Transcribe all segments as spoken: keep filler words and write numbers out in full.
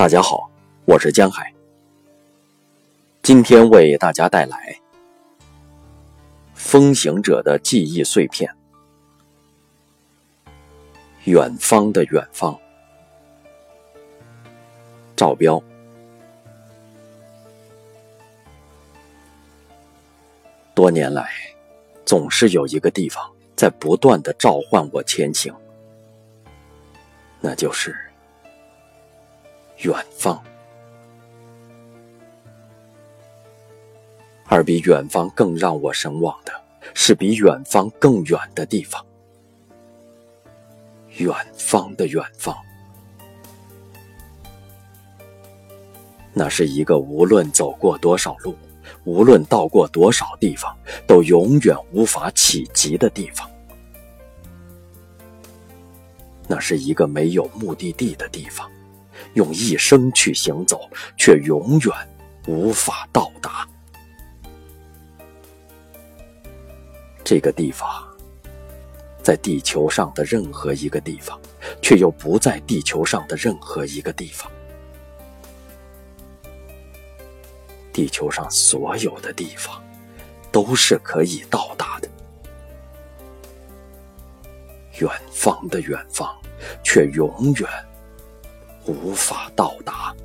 大家好，我是江海。今天为大家带来风行者的记忆碎片。远方的远方。赵标。多年来，总是有一个地方在不断地召唤我前行，那就是远方。而比远方更让我神往的，是比远方更远的地方。远方的远方。那是一个无论走过多少路，无论到过多少地方，都永远无法企及的地方。那是一个没有目的地的地方，用一生去行走，却永远无法到达。这个地方，在地球上的任何一个地方，却又不在地球上的任何一个地方。地球上所有的地方，都是可以到达的。远方的远方，却永远无法到达。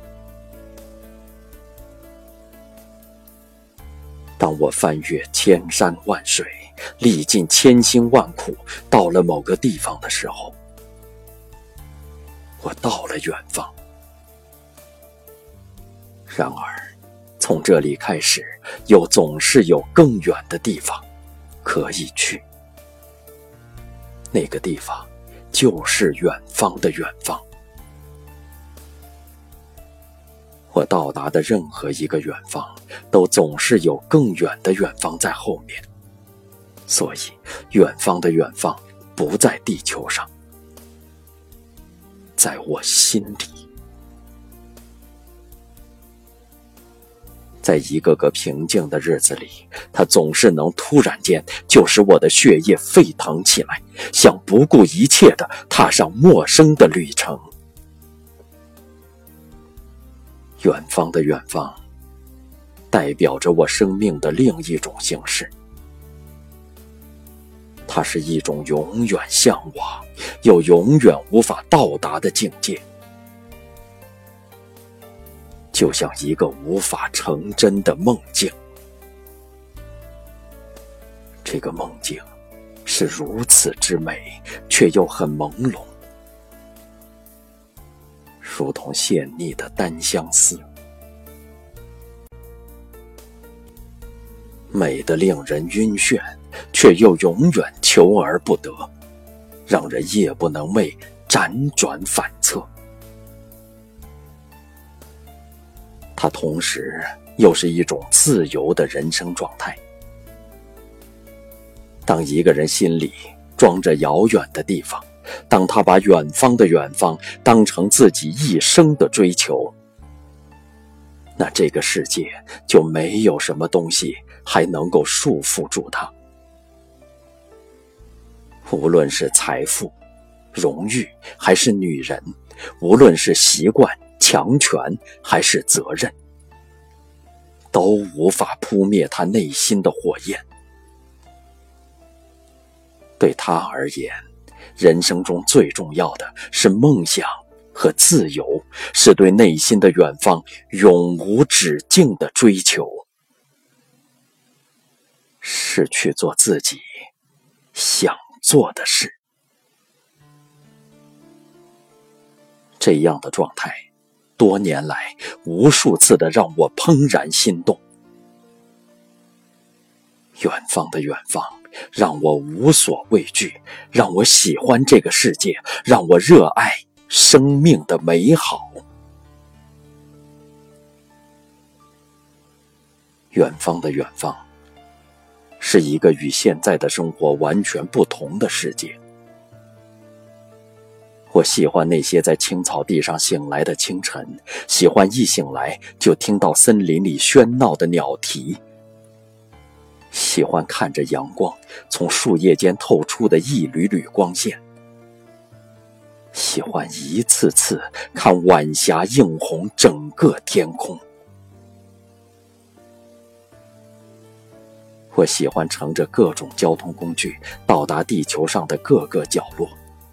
当我翻越千山万水，历尽千辛万苦，到了某个地方的时候，我到了远方。然而，从这里开始，又总是有更远的地方可以去。那个地方就是远方的远方。我到达的任何一个远方，都总是有更远的远方在后面。所以，远方的远方不在地球上，在我心里。在一个个平静的日子里，它总是能突然间就使我的血液沸腾起来，想不顾一切地踏上陌生的旅程。远方的远方，代表着我生命的另一种形式。它是一种永远向往，又永远无法到达的境界。就像一个无法成真的梦境。这个梦境是如此之美，却又很朦胧，如同细腻的单相思，美得令人晕眩，却又永远求而不得，让人夜不能寐，辗转反侧。它同时又是一种自由的人生状态。当一个人心里装着遥远的地方，当他把远方的远方当成自己一生的追求，那这个世界就没有什么东西还能够束缚住他。无论是财富、荣誉还是女人，无论是习惯、强权还是责任，都无法扑灭他内心的火焰。对他而言，人生中最重要的是梦想和自由，是对内心的远方永无止境的追求，是去做自己想做的事。这样的状态，多年来无数次的让我怦然心动。远方的远方，让我无所畏惧，让我喜欢这个世界，让我热爱生命的美好。远方的远方，是一个与现在的生活完全不同的世界。我喜欢那些在青草地上醒来的清晨，喜欢一醒来就听到森林里喧闹的鸟啼，喜欢看着阳光从树叶间透出的一缕缕光线， 喜欢一次次看晚霞映红整个天空。我喜欢乘着各种交通工具到达地球上的各个角落。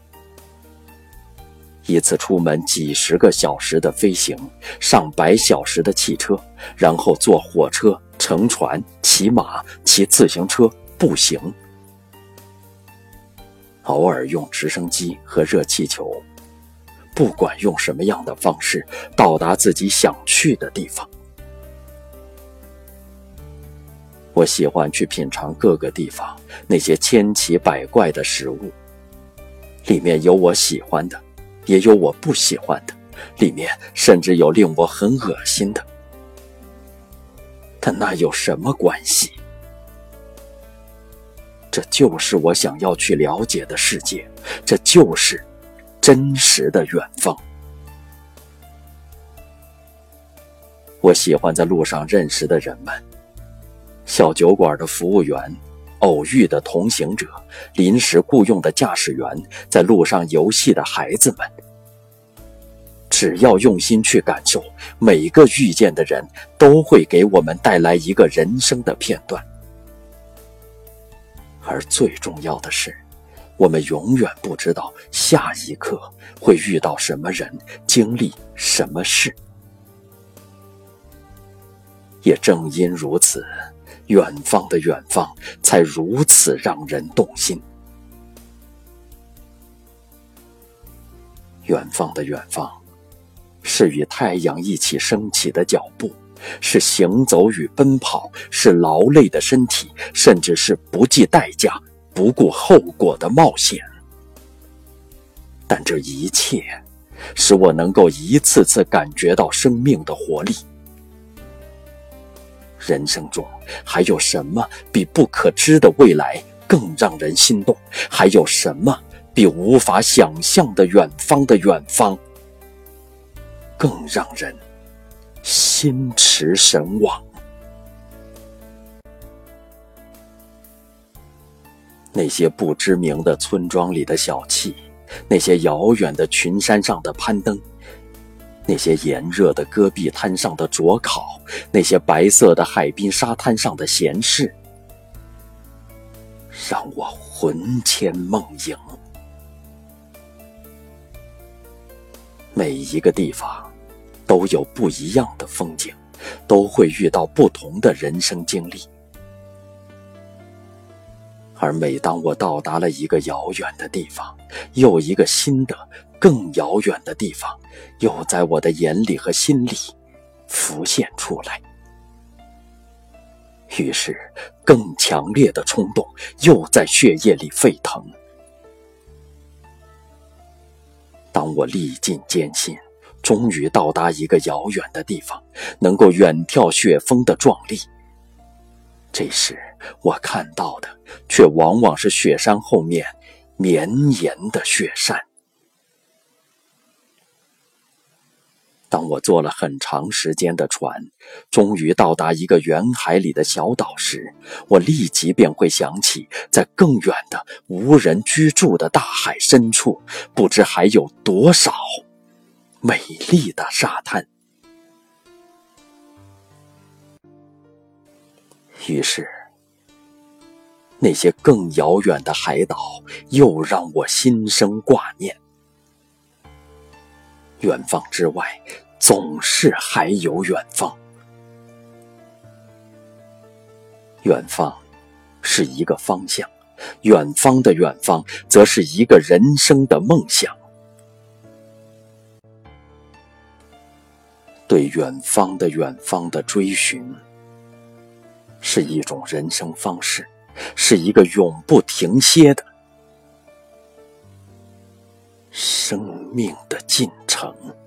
一次出门几十个小时的飞行，上百小时的汽车，然后坐火车、乘船、骑马、骑自行车、步行。偶尔用直升机和热气球，不管用什么样的方式，到达自己想去的地方。我喜欢去品尝各个地方那些千奇百怪的食物，里面有我喜欢的，也有我不喜欢的，里面甚至有令我很恶心的。但那有什么关系？这就是我想要去了解的世界，这就是真实的远方。我喜欢在路上认识的人们，小酒馆的服务员，偶遇的同行者，临时雇佣的驾驶员，在路上游戏的孩子们。只要用心去感受，每个遇见的人都会给我们带来一个人生的片段。而最重要的是，我们永远不知道下一刻会遇到什么人，经历什么事。也正因如此，远方的远方才如此让人动心。远方的远方，是与太阳一起升起的脚步，是行走与奔跑，是劳累的身体，甚至是不计代价、不顾后果的冒险。但这一切，使我能够一次次感觉到生命的活力。人生中还有什么比不可知的未来更让人心动？还有什么比无法想象的远方的远方更让人心驰神往？那些不知名的村庄里的小憩，那些遥远的群山上的攀登，那些炎热的戈壁滩上的灼烤，那些白色的海滨沙滩上的闲适，让我魂牵梦萦。每一个地方都有不一样的风景，都会遇到不同的人生经历。而每当我到达了一个遥远的地方，又一个新的更遥远的地方又在我的眼里和心里浮现出来。于是更强烈的冲动又在血液里沸腾。当我历尽艰辛，终于到达一个遥远的地方，能够远眺雪峰的壮丽，这时我看到的却往往是雪山后面绵延的雪山。当我坐了很长时间的船，终于到达一个远海里的小岛时，我立即便会想起，在更远的无人居住的大海深处，不知还有多少美丽的沙滩。于是那些更遥远的海岛又让我心生挂念。远方之外，总是还有远方。远方是一个方向，远方的远方则是一个人生的梦想。对远方的远方的追寻，是一种人生方式，是一个永不停歇的生命的进程。